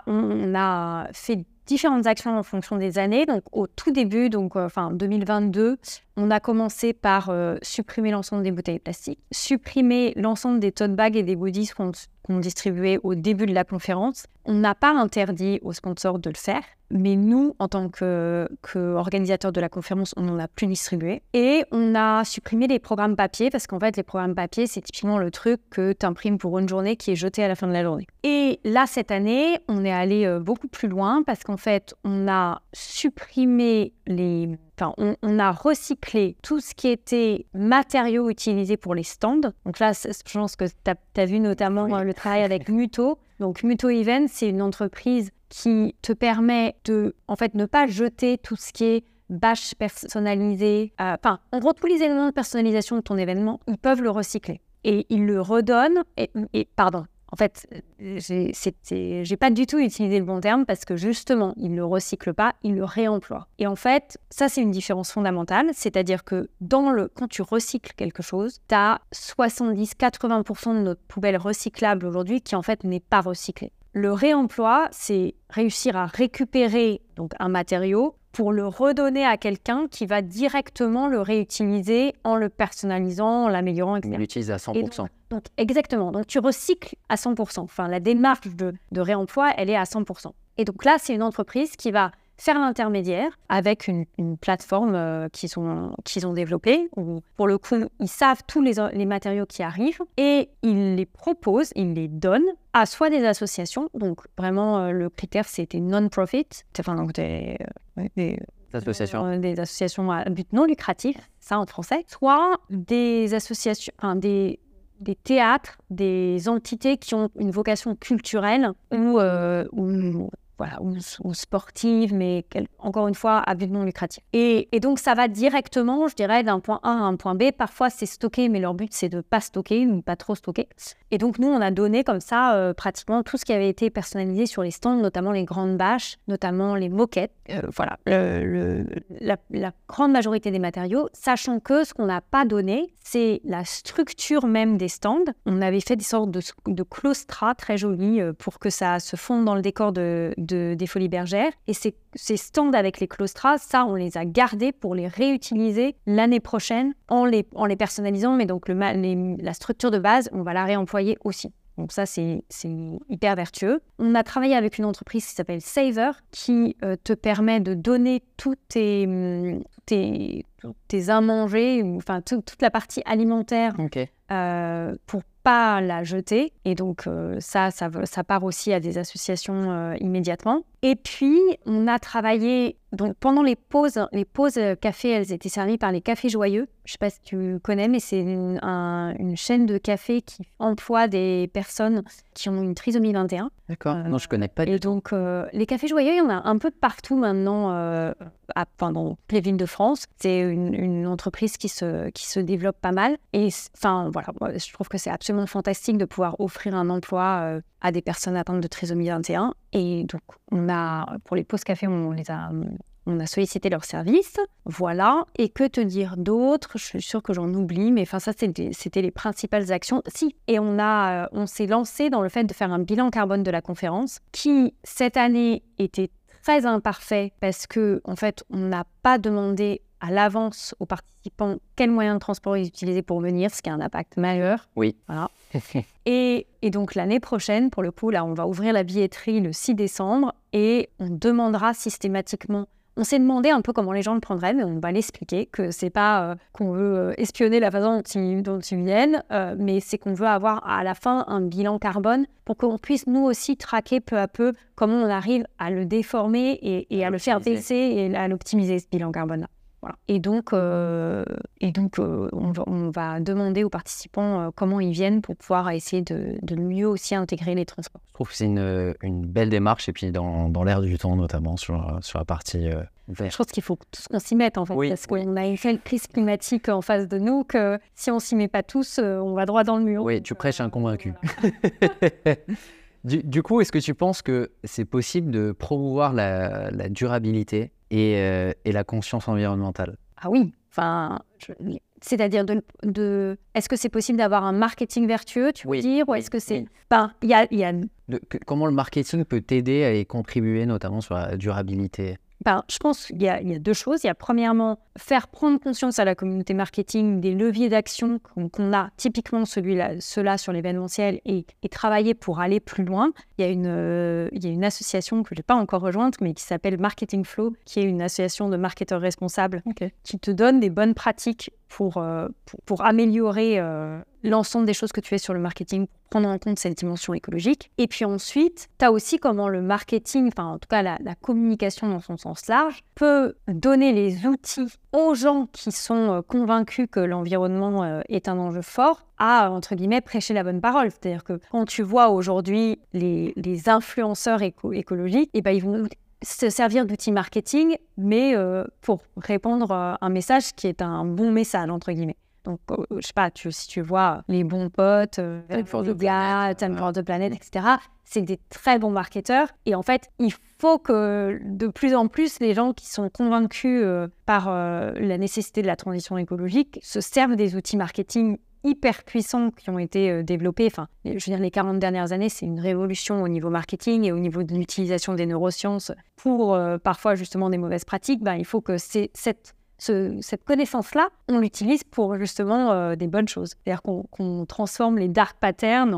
a fait différentes actions en fonction des années. Donc au tout début, 2022, on a commencé par supprimer l'ensemble des bouteilles plastiques, supprimer l'ensemble des tote bags et des goodies qu'on distribuait au début de la conférence. On n'a pas interdit aux sponsors de le faire, mais nous, en tant qu'organisateurs de la conférence, on n'en a plus distribué. Et on a supprimé les programmes papier, parce qu'en fait, les programmes papier, c'est typiquement le truc que tu imprimes pour une journée qui est jeté à la fin de la journée. Et là, cette année, on est allé beaucoup plus loin, parce qu'en fait, on a supprimé on a recyclé tout ce qui était matériaux utilisés pour les stands. Donc là, je pense que tu as vu notamment le travail avec Muto. Donc Muto Event, c'est une entreprise qui te permet de ne pas jeter tout ce qui est bâche personnalisée. En gros, tous les éléments de personnalisation de ton événement, ils peuvent le recycler. Et ils le redonnent. En fait, j'ai pas du tout utilisé le bon terme parce que justement, ils ne le recyclent pas, ils le réemploient. Et en fait, ça, c'est une différence fondamentale. C'est-à-dire que quand tu recycles quelque chose, tu as 70-80% de notre poubelle recyclable aujourd'hui qui, en fait, n'est pas recyclée. Le réemploi, c'est réussir à récupérer un matériau pour le redonner à quelqu'un qui va directement le réutiliser en le personnalisant, en l'améliorant, etc. Il l'utilise à 100%. Donc, exactement. Donc, tu recycles à 100%. Enfin, la démarche de réemploi, elle est à 100%. Et donc là, c'est une entreprise qui va faire l'intermédiaire avec une plateforme qu'ils ont développée où, pour le coup, ils savent tous les matériaux qui arrivent et ils les proposent, ils les donnent à soit des associations. Donc, vraiment, le critère, c'était non-profit. Des associations à but non lucratif, ça en français. Soit des associations, des théâtres, des entités qui ont une vocation culturelle ou sportive, mais encore une fois, à but non lucratif. Et donc, ça va directement, je dirais, d'un point A à un point B. Parfois, c'est stocké, mais leur but, c'est de ne pas stocker ou pas trop stocker. Et donc, nous, on a donné comme ça pratiquement tout ce qui avait été personnalisé sur les stands, notamment les grandes bâches, notamment les moquettes. La grande majorité des matériaux, sachant que ce qu'on n'a pas donné, c'est la structure même des stands. On avait fait des sortes de claustras très jolis pour que ça se fonde dans le décor de des Folies Bergères. Et ces stands avec les claustras, ça, on les a gardés pour les réutiliser l'année prochaine en les personnalisant. Mais donc, la structure de base, on va la réemployer aussi. Donc ça, c'est hyper vertueux. On a travaillé avec une entreprise qui s'appelle Saver, qui te permet de donner tous tes à-manger, enfin toute la partie alimentaire pour pas la jeter. Et donc ça part aussi à des associations immédiatement. Et puis, on a travaillé... Donc, pendant les pauses café, elles étaient servies par les Cafés Joyeux. Je ne sais pas si tu connais, mais c'est une chaîne de café qui emploie des personnes qui ont une trisomie 21. D'accord, non, je ne connais pas du tout. Et donc, les Cafés Joyeux, il y en a un peu partout maintenant, dans toutes les villes de France. C'est une entreprise qui se développe pas mal. Et voilà, je trouve que c'est absolument fantastique de pouvoir offrir un emploi à des personnes atteintes de trisomie 21. Et donc, pour les pauses café, on a sollicité leur service, voilà. Et que te dire d'autre? Je suis sûre que j'en oublie, mais ça, c'était les principales actions. Si, et on s'est lancé dans le fait de faire un bilan carbone de la conférence, qui, cette année, était très imparfait parce que, en fait, on n'a pas demandé à l'avance aux participants quels moyens de transport ils utilisaient pour venir, ce qui a un impact majeur. Oui. Voilà. Et donc, l'année prochaine, pour le coup, là, on va ouvrir la billetterie le 6 décembre et on demandera systématiquement... On s'est demandé un peu comment les gens le prendraient, mais on va l'expliquer, que c'est pas qu'on veut espionner la façon dont ils viennent, mais c'est qu'on veut avoir à la fin un bilan carbone pour qu'on puisse nous aussi traquer peu à peu comment on arrive à le déformer et à le faire baisser et à l'optimiser, ce bilan carbone-là. Voilà. Et donc, on va demander aux participants comment ils viennent pour pouvoir essayer de mieux aussi intégrer les transports. Je trouve que c'est une belle démarche, et puis dans l'air du temps, notamment sur la partie verte. Je pense qu'il faut tous qu'on s'y mette, en fait, parce qu'on a une telle crise climatique en face de nous que si on ne s'y met pas tous, on va droit dans le mur. Oui, tu prêches un convaincu. Voilà. Du coup, est-ce que tu penses que c'est possible de promouvoir la durabilité et la conscience environnementale? Ah oui, c'est-à-dire est-ce que c'est possible d'avoir un marketing vertueux, tu veux dire, ou est-ce que c'est... Il y a... Comment le marketing peut t'aider à y contribuer, notamment sur la durabilité? Je pense qu'il y a deux choses. Il y a premièrement, faire prendre conscience à la communauté marketing des leviers d'action qu'on a, typiquement ceux-là sur l'événementiel, et travailler pour aller plus loin. Il y a une association que je n'ai pas encore rejointe, mais qui s'appelle Marketing Flow, qui est une association de marketeurs responsables qui te donne des bonnes pratiques pour améliorer l'ensemble des choses que tu fais sur le marketing, pour prendre en compte cette dimension écologique. Et puis ensuite, tu as aussi comment le marketing, en tout cas la communication dans son sens large, peut donner les outils aux gens qui sont convaincus que l'environnement est un enjeu fort, à, entre guillemets, prêcher la bonne parole. C'est-à-dire que quand tu vois aujourd'hui les influenceurs écologiques, ils vont se servir d'outils marketing, mais pour répondre à un message qui est un bon message, entre guillemets. Donc, je sais pas, si tu vois les bons potes, Time for the Planet, etc., c'est des très bons marketeurs. Et en fait, il faut que de plus en plus, les gens qui sont convaincus par la nécessité de la transition écologique se servent des outils marketing hyper puissants qui ont été développés. Je veux dire, les 40 dernières années, c'est une révolution au niveau marketing et au niveau de l'utilisation des neurosciences pour parfois justement des mauvaises pratiques. Il faut que cette connaissance-là, on l'utilise pour justement des bonnes choses. C'est-à-dire qu'on transforme les dark patterns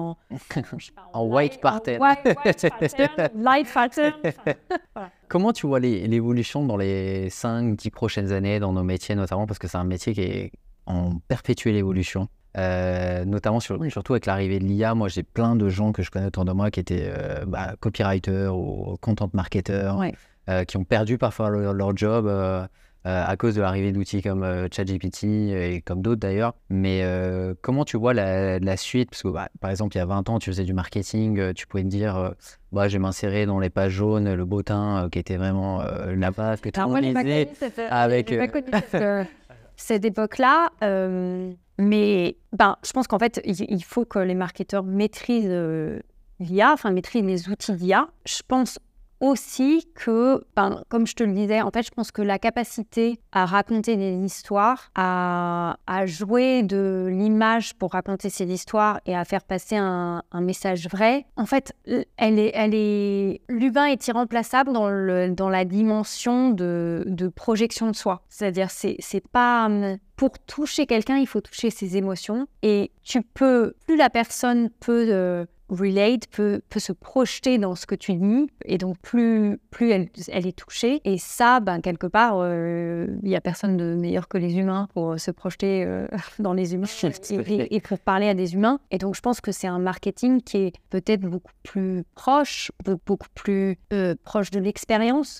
en white patterns. Light patterns. Voilà. Comment tu vois l'évolution dans les 5-10 prochaines années dans nos métiers, notamment parce que c'est un métier qui est en perpétuelle évolution, notamment surtout avec l'arrivée de l'IA. Moi, j'ai plein de gens que je connais autour de moi qui étaient copywriters ou content marketers, qui ont perdu parfois leur job à cause de l'arrivée d'outils comme ChatGPT et comme d'autres d'ailleurs. Mais comment tu vois la suite? Parce que par exemple, il y a 20 ans, tu faisais du marketing, tu pouvais te dire je vais m'insérer dans les pages jaunes, le bottin qui était vraiment la base que tout le monde lisait. J'ai pas connu cette époque-là, mais je pense qu'en fait, il faut que les marketeurs maîtrisent l'IA, maîtrisent les outils d'IA. Je pense aussi que, comme je te le disais, en fait, je pense que la capacité à raconter des histoires, à jouer de l'image pour raconter ces histoires et à faire passer un message vrai, en fait, l'humain est irremplaçable dans la dimension de projection de soi. C'est-à-dire, c'est pas... Pour toucher quelqu'un, il faut toucher ses émotions. Et plus la personne peut relate, peut se projeter dans ce que tu dis, et donc plus elle est touchée. Et ça, quelque part, il n'y a personne de meilleur que les humains pour se projeter dans les humains et pour parler à des humains. Et donc, je pense que c'est un marketing qui est peut-être beaucoup plus proche, beaucoup plus proche de l'expérience.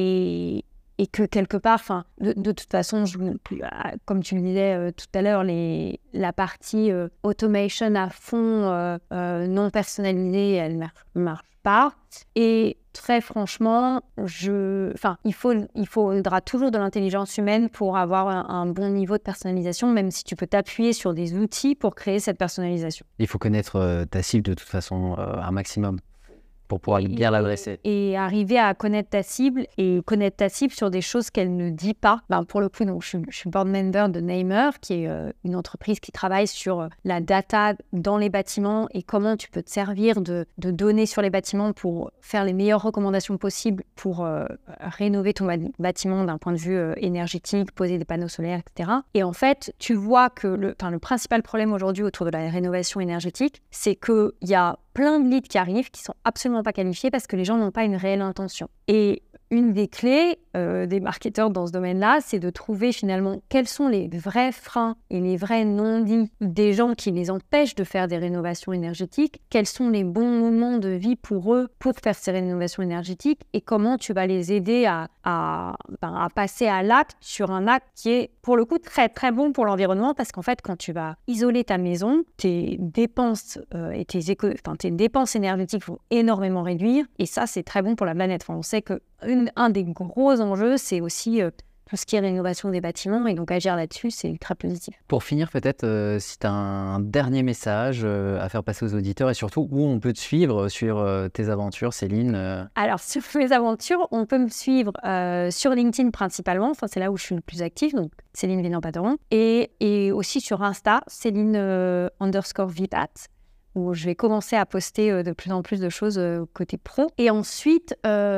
Et que quelque part, de toute façon, comme tu le disais tout à l'heure, la partie automation à fond, non personnalisée, elle ne marche pas. Et très franchement, il faudra toujours de l'intelligence humaine pour avoir un bon niveau de personnalisation, même si tu peux t'appuyer sur des outils pour créer cette personnalisation. Il faut connaître ta cible de toute façon un maximum, pour pouvoir bien l'adresser. Et arriver à connaître ta cible sur des choses qu'elle ne dit pas. Pour le coup, donc, je suis board member de Namer, qui est une entreprise qui travaille sur la data dans les bâtiments et comment tu peux te servir de données sur les bâtiments pour faire les meilleures recommandations possibles pour rénover ton bâtiment d'un point de vue énergétique, poser des panneaux solaires, etc. Et en fait, tu vois que le principal problème aujourd'hui autour de la rénovation énergétique, c'est qu'il y a plein de leads qui arrivent qui sont absolument pas qualifiés parce que les gens n'ont pas une réelle intention. Et une des clés des marketeurs dans ce domaine-là, c'est de trouver finalement quels sont les vrais freins et les vrais non-dits des gens qui les empêchent de faire des rénovations énergétiques, quels sont les bons moments de vie pour eux pour faire ces rénovations énergétiques et comment tu vas les aider à passer à l'acte sur un acte qui est pour le coup très très bon pour l'environnement parce qu'en fait quand tu vas isoler ta maison, tes dépenses et tes dépenses énergétiques vont énormément réduire et ça c'est très bon pour la planète. On sait que un des gros enjeux, c'est aussi tout ce qui est rénovation des bâtiments et donc agir là-dessus, c'est très positif. Pour finir, peut-être, si tu as un dernier message à faire passer aux auditeurs et surtout où on peut te suivre sur tes aventures, Céline. Alors, sur mes aventures, on peut me suivre sur LinkedIn principalement, c'est là où je suis le plus active, donc Céline Villan-Pateron, et aussi sur Insta, Céline_Vipat. Où je vais commencer à poster de plus en plus de choses côté pro. Et ensuite,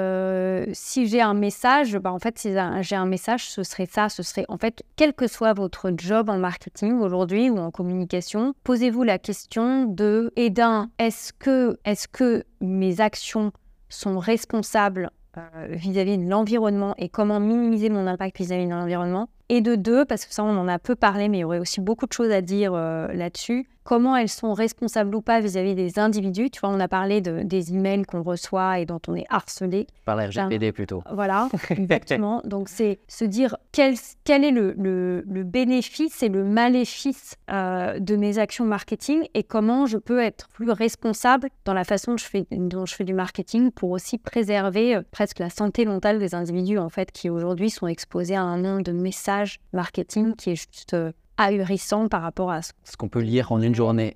si j'ai un message, j'ai un message, ce serait ça. Ce serait, en fait, quel que soit votre job en marketing aujourd'hui ou en communication, posez-vous la question est-ce que mes actions sont responsables vis-à-vis de l'environnement et comment minimiser mon impact vis-à-vis de l'environnement. Et de deux, parce que ça, on en a peu parlé, mais il y aurait aussi beaucoup de choses à dire là-dessus. Comment elles sont responsables ou pas vis-à-vis des individus. Tu vois, on a parlé des emails qu'on reçoit et dont on est harcelé. Par la RGPD plutôt. Voilà, exactement. Donc, c'est se dire quel est le bénéfice et le maléfice de mes actions marketing et comment je peux être plus responsable dans la façon dont je fais du marketing pour aussi préserver presque la santé mentale des individus, en fait, qui aujourd'hui sont exposés à un nombre de messages marketing qui est juste ahurissant par rapport à ce qu'on peut lire en une journée.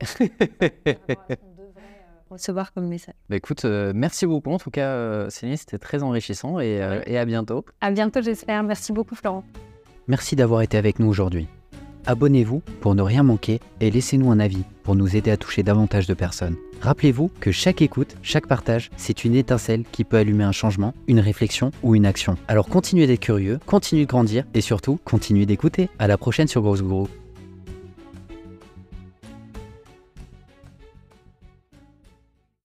Recevoir comme message. Écoute, merci beaucoup en tout cas Céline, c'était très enrichissant et à bientôt. À bientôt j'espère, merci beaucoup Florent. Merci d'avoir été avec nous aujourd'hui. Abonnez-vous pour ne rien manquer et laissez-nous un avis pour nous aider à toucher davantage de personnes. Rappelez-vous que chaque écoute, chaque partage, c'est une étincelle qui peut allumer un changement, une réflexion ou une action. Alors continuez d'être curieux, continuez de grandir et surtout, continuez d'écouter. À la prochaine sur Grosse Gourou.